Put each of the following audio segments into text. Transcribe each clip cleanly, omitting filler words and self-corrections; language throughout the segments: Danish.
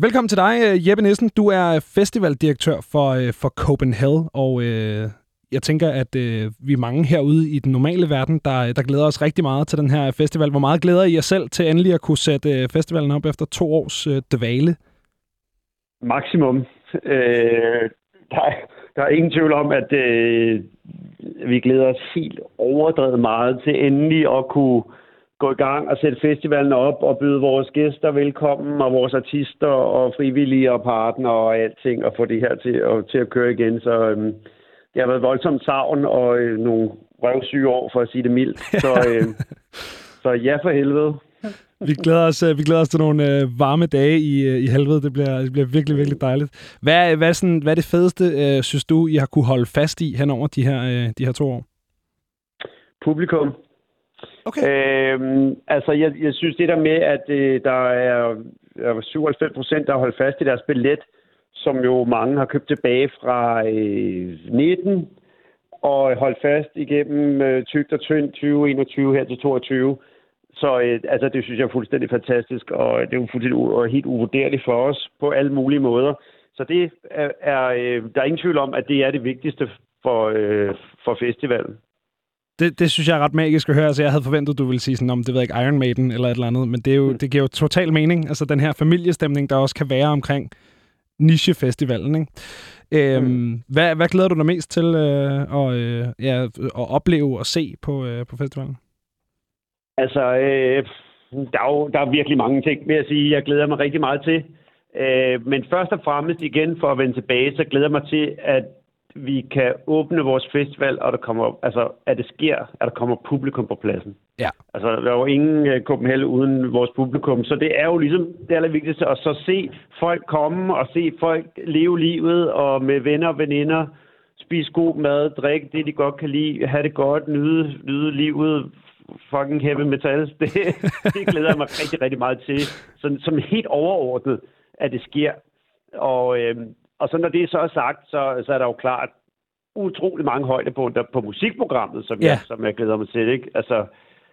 Velkommen til dig, Jeppe Nissen. Du er festivaldirektør for Copenhagen, og jeg tænker, at vi er mange herude i den normale verden, der glæder os rigtig meget til den her festival. Hvor meget glæder I jer selv til endelig at kunne sætte festivalen op efter 2 års dvale? Maksimum. Der er ingen tvivl om, at vi glæder os helt overdrevet meget til endelig at kunne gå i gang og sætte festivalen op og byde vores gæster velkommen og vores artister og frivillige og partnere og alting og få det her til at køre igen. Så det har været voldsomt savn og nogle røvsyge år, for at sige det mildt. Så ja, for helvede. Vi glæder os til nogle varme dage i helvede. Det bliver virkelig, virkelig dejligt. Hvad er det fedeste, synes du, I har kunne holde fast i hen over de her 2 år? Publikum. Okay. Jeg synes det der med, at der er 97%, der har holdt fast i deres billet, som jo mange har købt tilbage fra 19 og holdt fast igennem tykt og tyndt 2021 her til 22. Så det synes jeg er fuldstændig fantastisk, og det er jo fuldstændig helt uvurderligt for os på alle mulige måder. Så det der er ingen tvivl om, at det er det vigtigste for festivalen. Det synes jeg er ret magisk at høre. Altså, jeg havde forventet, du ville sige sådan, om det ved ikke Iron Maiden eller et eller andet, men det giver jo total mening. Altså den her familiestemning, der også kan være omkring nichefestivalen, ikke? Hvad glæder du dig mest til at opleve og se på festivalen? Altså, der er virkelig mange ting, vil jeg sige. Jeg glæder mig rigtig meget til. Men først og fremmest igen, for at vende tilbage, så glæder jeg mig til, at vi kan åbne vores festival, og at det sker, at der kommer publikum på pladsen. Ja. Altså, der er jo ingen Copenhagen uden vores publikum, så det er jo ligesom det allervigtigste at så se folk komme og se folk leve livet og med venner og veninder, spise god mad, drikke det, de godt kan lide, have det godt, nyde livet, fucking heavy metal. Det glæder jeg mig rigtig, rigtig meget til. Som helt overordnet, at det sker. Og så når det så er sagt, så er der jo klart utrolig mange højdepunkter på musikprogrammet, som jeg glæder mig til, ikke? Altså,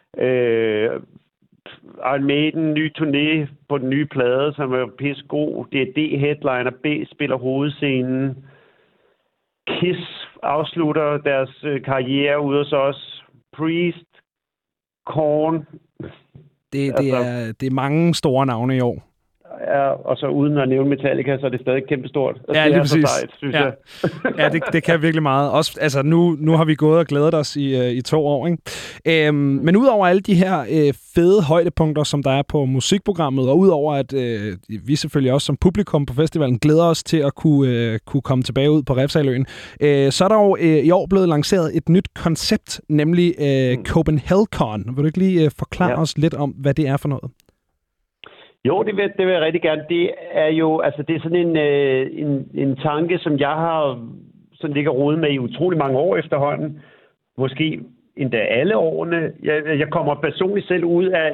Iron Maiden, ny turné på den nye plade, som er pissegod. D&D-headliner, B spiller hovedscenen. Kiss afslutter deres karriere ude hos os. Priest, Korn. Det er mange store navne i år. Ja, og så uden at nævne Metallica, så er det stadig kæmpestort. Ja, lige præcis. Så sejt, synes jeg. Ja, det kan virkelig meget. Også, altså, nu har vi gået og glædet os i 2 år, ikke? Men udover alle de her fede højdepunkter, som der er på musikprogrammet, og udover at vi selvfølgelig også som publikum på festivalen glæder os til at kunne komme tilbage ud på Refshaleøen, så er der jo i år blevet lanceret et nyt koncept, nemlig Copenhagen. Vil du ikke lige forklare os lidt om, hvad det er for noget? Jo, det vil jeg rigtig gerne. Det er jo, altså det er sådan en tanke, som jeg har sådan ligger rodet med i utrolig mange år efterhånden. Måske endda alle årene. Jeg kommer personligt selv ud af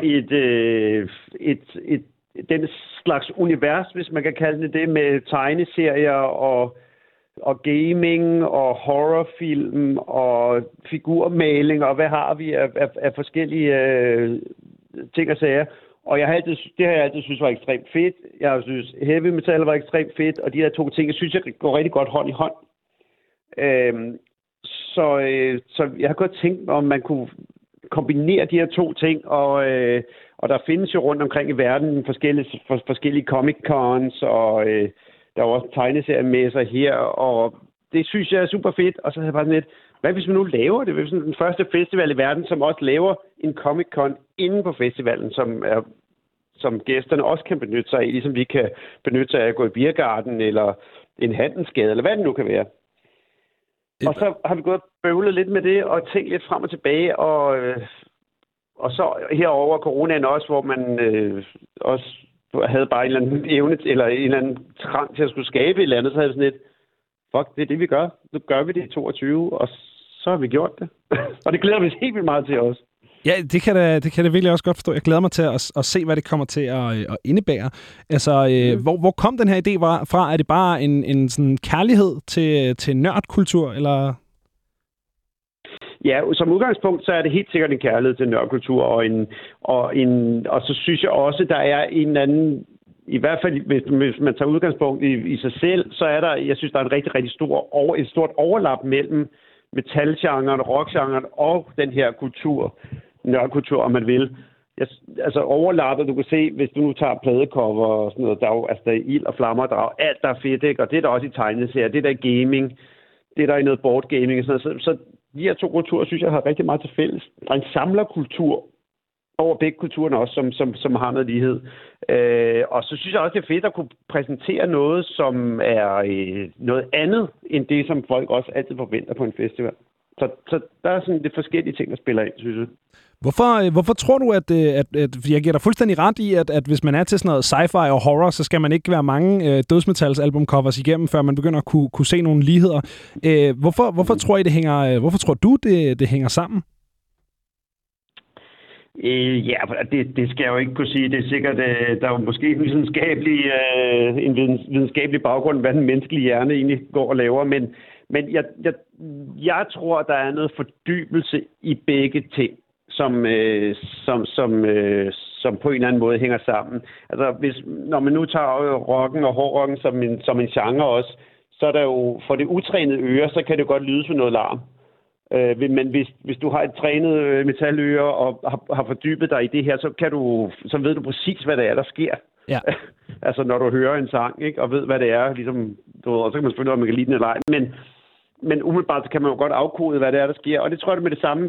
den slags univers, hvis man kan kalde det, med tegneserier og gaming og horrorfilm og figurmaling og hvad har vi af forskellige ting og sager. Og det har jeg altid synes var ekstremt fedt. Jeg synes, heavy metal var ekstremt fedt, og de her 2 ting, jeg synes, jeg går rigtig godt hånd i hånd. Så jeg har godt tænkt, om man kunne kombinere de her 2 ting, og der findes jo rundt omkring i verden forskellige Comic-Cons, og der er også tegneseriemesser her, og det synes jeg er super fedt. Og så har jeg bare sådan lidt, hvad hvis vi nu laver det? Hvis vi den første festival i verden, som også laver en Comic-Con inden på festivalen, som gæsterne også kan benytte sig af, ligesom vi kan benytte sig af at gå i Biergarten eller en handelsgade, eller hvad det nu kan være. Og så har vi gået og bøvlet lidt med det, og tænkt lidt frem og tilbage, og så herover coronaen også, hvor man også havde bare en eller anden evne, eller en eller anden trang til at skulle skabe et eller andet, så havde vi sådan lidt, fuck, det er det, vi gør. Nu gør vi det i 22, og så har vi gjort det. Og det glæder vi os helt vildt meget til også. Ja, det kan det virkelig også godt forstå. Jeg glæder mig til at se, hvad det kommer til at indebære. Altså, hvor kom den her idé fra? Er det bare en sådan kærlighed til nørdkultur, eller? Ja, som udgangspunkt, så er det helt sikkert en kærlighed til nørdkultur, og så synes jeg også, der er en anden i hvert fald, hvis man tager udgangspunkt i sig selv, så er der, jeg synes, der er en rigtig, rigtig et stort overlap mellem metalgenren, rockgenren og den her nørdekultur, om man vil. Altså overlappet, du kan se, hvis du nu tager pladecover og sådan noget, der er ild og flammer, der er alt, der er fedt, ikke? Og det er der også i tegneserier, det er der i gaming, det er der i noget board gaming og sådan noget. Så de her to kulturer, synes jeg, har rigtig meget til fælles. Der er en samlerkultur over begge kulturerne også, som har noget lighed. Og så synes jeg også, det er fedt at kunne præsentere noget, som er noget andet, end det, som folk også altid forventer på en festival. Så der er sådan lidt forskellige ting, der spiller ind, synes jeg. Hvorfor tror du, at jeg giver dig fuldstændig ret i, at hvis man er til sådan noget sci-fi og horror, så skal man ikke være mange dødsmetals-albumcovers igennem, før man begynder at kunne se nogle ligheder. Hvorfor tror I, hvorfor tror du, det hænger sammen? Ja, det skal jeg jo ikke kunne sige. Det er sikkert, der er jo måske en videnskabelig baggrund, hvad den menneskelige hjerne egentlig går og laver, men jeg tror, der er noget fordybelse i begge ting, som på en eller anden måde hænger sammen. Altså, når man nu tager rocken og hårdrocken som en genre også, så er der jo, for det utrænede øre, så kan det godt lyde som noget larm. Men hvis du har et trænet metaløre og har fordybet dig i det her, så ved du præcis, hvad det er, der sker. Ja. Altså, når du hører en sang, ikke, og ved, hvad det er, ligesom, og så kan man selvfølgelig, om man kan lide den eller ej. Men umiddelbart så kan man jo godt afkode, hvad det er, der sker. Og det tror jeg med det samme,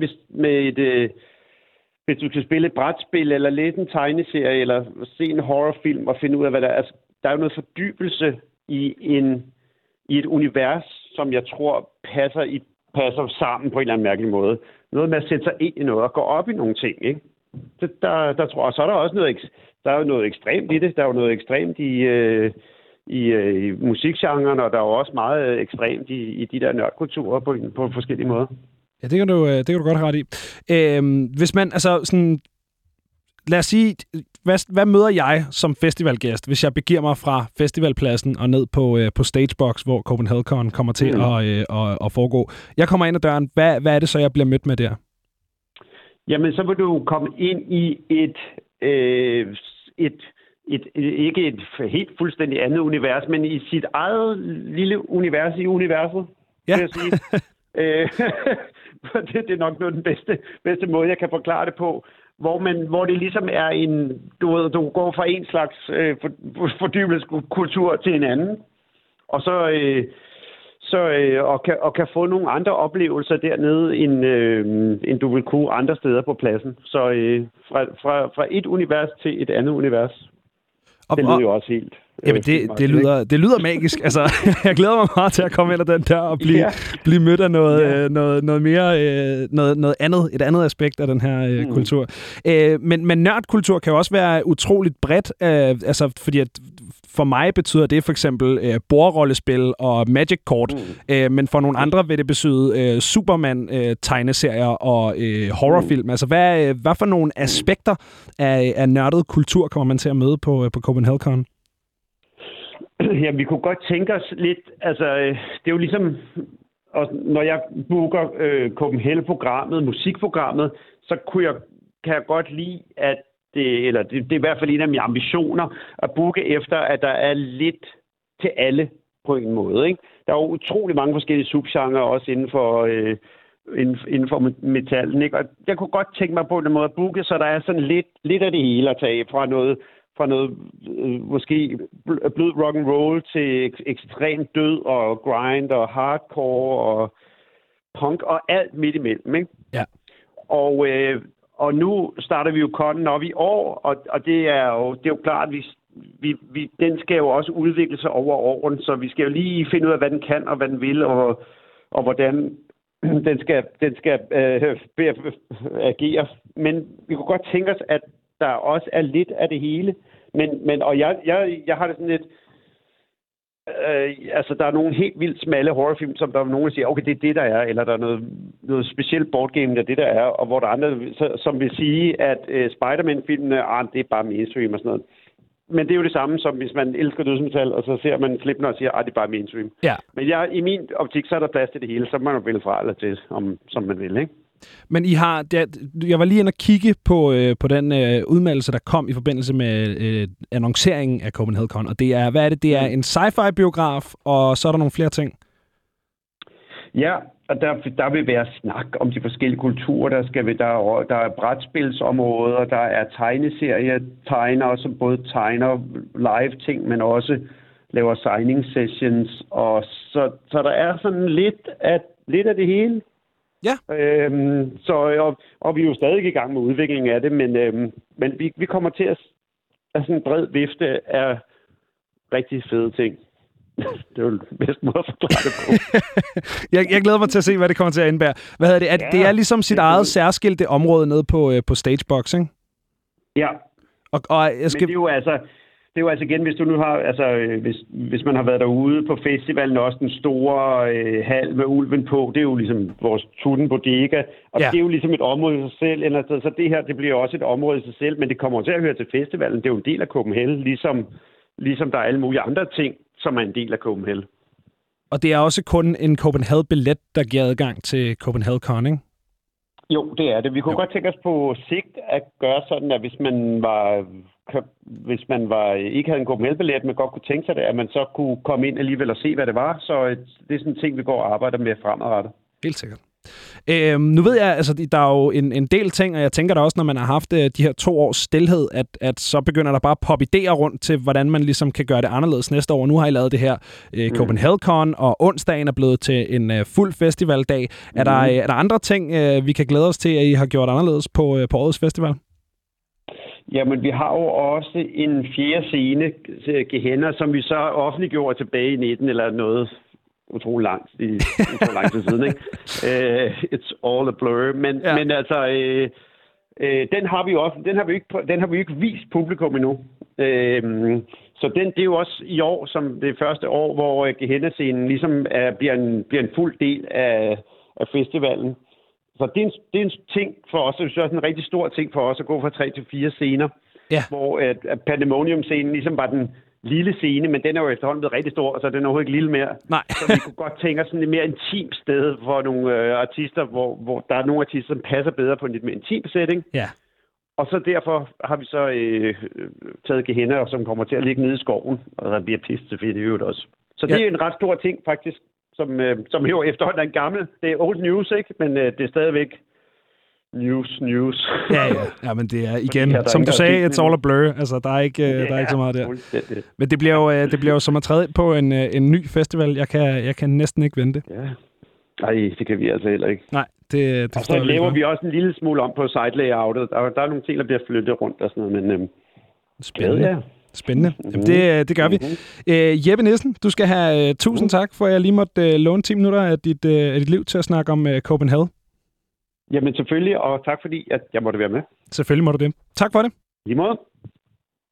hvis du skal spille et brætspil, eller læse en tegneserie, eller se en horrorfilm og finde ud af, hvad der er. Altså, der er jo noget fordybelse i et univers, som jeg tror passer sammen på en eller anden mærkelig måde. Noget med at sætte sig ind i noget og gå op i nogle ting, ikke? Der tror jeg, så er der også noget ekstremt i det. Der er jo noget ekstremt i musikgenren, og der er jo også meget ekstremt i de der nørdekulturer på forskellige måder. Ja, det kan du godt have ret i. Hvis man, altså sådan, lad os sige, hvad møder jeg som festivalgæst, hvis jeg begiver mig fra festivalpladsen og ned på Stagebox, hvor Copenhagen kommer til at foregå? Jeg kommer ind ad døren. Hvad er det så, jeg bliver mødt med der? Jamen, så vil du komme ind i ikke et helt fuldstændig andet univers, men i sit eget lille univers i universet, vil jeg sige. Det er nok den bedste måde, jeg kan forklare det på. Hvor det ligesom er du går fra en slags fordybelseskultur til en anden, og så kan få nogle andre oplevelser dernede, end du vil kunne andre steder på pladsen. Så fra et univers til et andet univers. Det lyder jo også helt... Jamen, det lyder magisk. Altså, jeg glæder mig meget til at komme ind ad den der og blive mødt af noget mere, noget andet, et andet aspekt af den her kultur. Men nørdkultur kan jo også være utroligt bredt, altså fordi at for mig betyder det for eksempel bordrollespil og Magic-kort, men for nogle andre vil det betyde Superman-tegneserier og horrorfilm. Altså, hvad for nogle aspekter af nørdet kultur kommer man til at møde på Copenhagen? Ja, vi kunne godt tænke os lidt, altså det er jo ligesom, når jeg booker Copenhagen-programmet, musikprogrammet, så kan jeg godt lide, at det er i hvert fald en af mine ambitioner, at booke efter, at der er lidt til alle på en måde, ikke? Der er jo utrolig mange forskellige subgenrer også inden for metallen, ikke? Og jeg kunne godt tænke mig på den måde at booke, så der er sådan lidt af det hele at tage fra noget måske blød rock and roll til ekstrem død og grind og hardcore og punk og alt midt imellem, ikke? Ja. Og nu starter vi jo Konden op i år, og det er jo klart, at den skal jo også udvikle sig over årene, så vi skal jo lige finde ud af, hvad den kan og hvad den vil, og hvordan den skal agere. Men vi kunne godt tænke os, at der også er lidt af det hele. Men jeg har det sådan lidt... altså, der er nogle helt vildt smalle horrorfilm, som der er nogen, der siger, okay, det er det, der er, eller der er noget specielt boardgame, der er det, der er, og hvor der er andre, som vil sige, at Spider-Man-filmene, det er bare mainstream og sådan noget. Men det er jo det samme, som hvis man elsker dødsmetal, og så ser man Slipknot og siger, det er bare mainstream. Ja. Men i min optik, så er der plads til det hele, så man jo vælge fra eller til, som man vil, ikke? Men jeg var lige inde og kigge på den udmeldelse, der kom i forbindelse med annonceringen af Copenhagen, og det er, hvad er det? Det er en sci-fi-biograf, og så er der nogle flere ting. Ja, og der vil være snak om de forskellige kulturer. Der er brætspilsområder, der er tegneserier-tegnere, som både tegner live-ting, men også laver signing sessions. Og så der er sådan lidt af det hele. Ja. Og vi er jo stadig i gang med udviklingen af det, men vi kommer til at have sådan en bred vifte af rigtig fede ting. Det er jo den bedste måde at forklare det på. jeg glæder mig til at se, hvad det kommer til at indebære. Hvad hedder det? Det er ligesom sit eget særskilte område nede på Stagebox, ikke? Ja. Og jeg skal... Men det er jo altså igen, hvis du nu har, hvis man har været derude på festivalen, også den store hal med ulven på, det er jo ligesom vores Tutten Bodega, og det er jo ligesom et område i sig selv, så det her, det bliver også et område i sig selv, men det kommer til at høre til festivalen, det er jo en del af Copenhagen, ligesom der er alle mulige andre ting, som er en del af Copenhagen. Og det er også kun en Copenhagen-billet, der giver adgang til Copenhagen, ikke? Jo, det er det. Vi kunne godt tænke os på sigt at gøre sådan, at hvis man ikke havde en Copenhagen-billet, men godt kunne tænke sig det, at man så kunne komme ind alligevel og se, hvad det var. Så det er sådan en ting, vi går og arbejder med fremadrettet. Helt sikkert. Nu ved jeg, altså der er jo en del ting, og jeg tænker da også, når man har haft de her 2 års stilhed, at så begynder der bare at poppe idéer rundt til, hvordan man ligesom kan gøre det anderledes næste år. Nu har I lavet det her Copenhagen, og onsdagen er blevet til en fuld festivaldag. Er der andre ting, vi kan glæde os til, at I har gjort anderledes på årets festival? Jamen, vi har jo også en 4. scene, Gehenna, som vi så offentliggjorde tilbage i 19 eller noget utrolig lang tid siden, ikke? It's all a blur. Men altså, den har vi ikke vist publikum endnu. Så det er jo også i år, som det første år, hvor Gehenna-scenen ligesom bliver en fuld del af festivalen. Så det er en ting for os, det er også en rigtig stor ting for os at gå fra 3 til 4 scener, hvor Pandemonium-scenen ligesom var den lille scene, men den er jo efterhånden blevet rigtig stor, så den er overhovedet ikke lille mere. Nej. Så vi kunne godt tænke os sådan et mere intimt sted for nogle artister, hvor der er nogle artister, som passer bedre på en lidt mere intim setting. Ja. Og så derfor har vi så taget Gehenna, som kommer til at ligge nede i skoven, og der bliver pisse til fedt i øvrigt også. Så det er en ret stor ting faktisk, som jo efterhånden er en gammel. Det er old news, ikke? Men det er stadigvæk news. Ja, men det er igen, som du sagde, it's all a blur. Altså, der er ikke så meget der. Men det bliver jo som at træde på en ny festival. Jeg kan næsten ikke vente. Ja. Nej, det kan vi altså heller ikke. Nej, det og så laver vi også en lille smule om på site layoutet. Der er nogle ting, der bliver flyttet rundt og sådan noget, men Spændende. Jamen, det gør vi. Jeppe Nissen, du skal have tusind tak, for at jeg lige måtte låne 10 minutter af dit liv til at snakke om Copenhagen. Jamen selvfølgelig, og tak fordi at jeg måtte være med. Selvfølgelig må du det. Tak for det. I måde.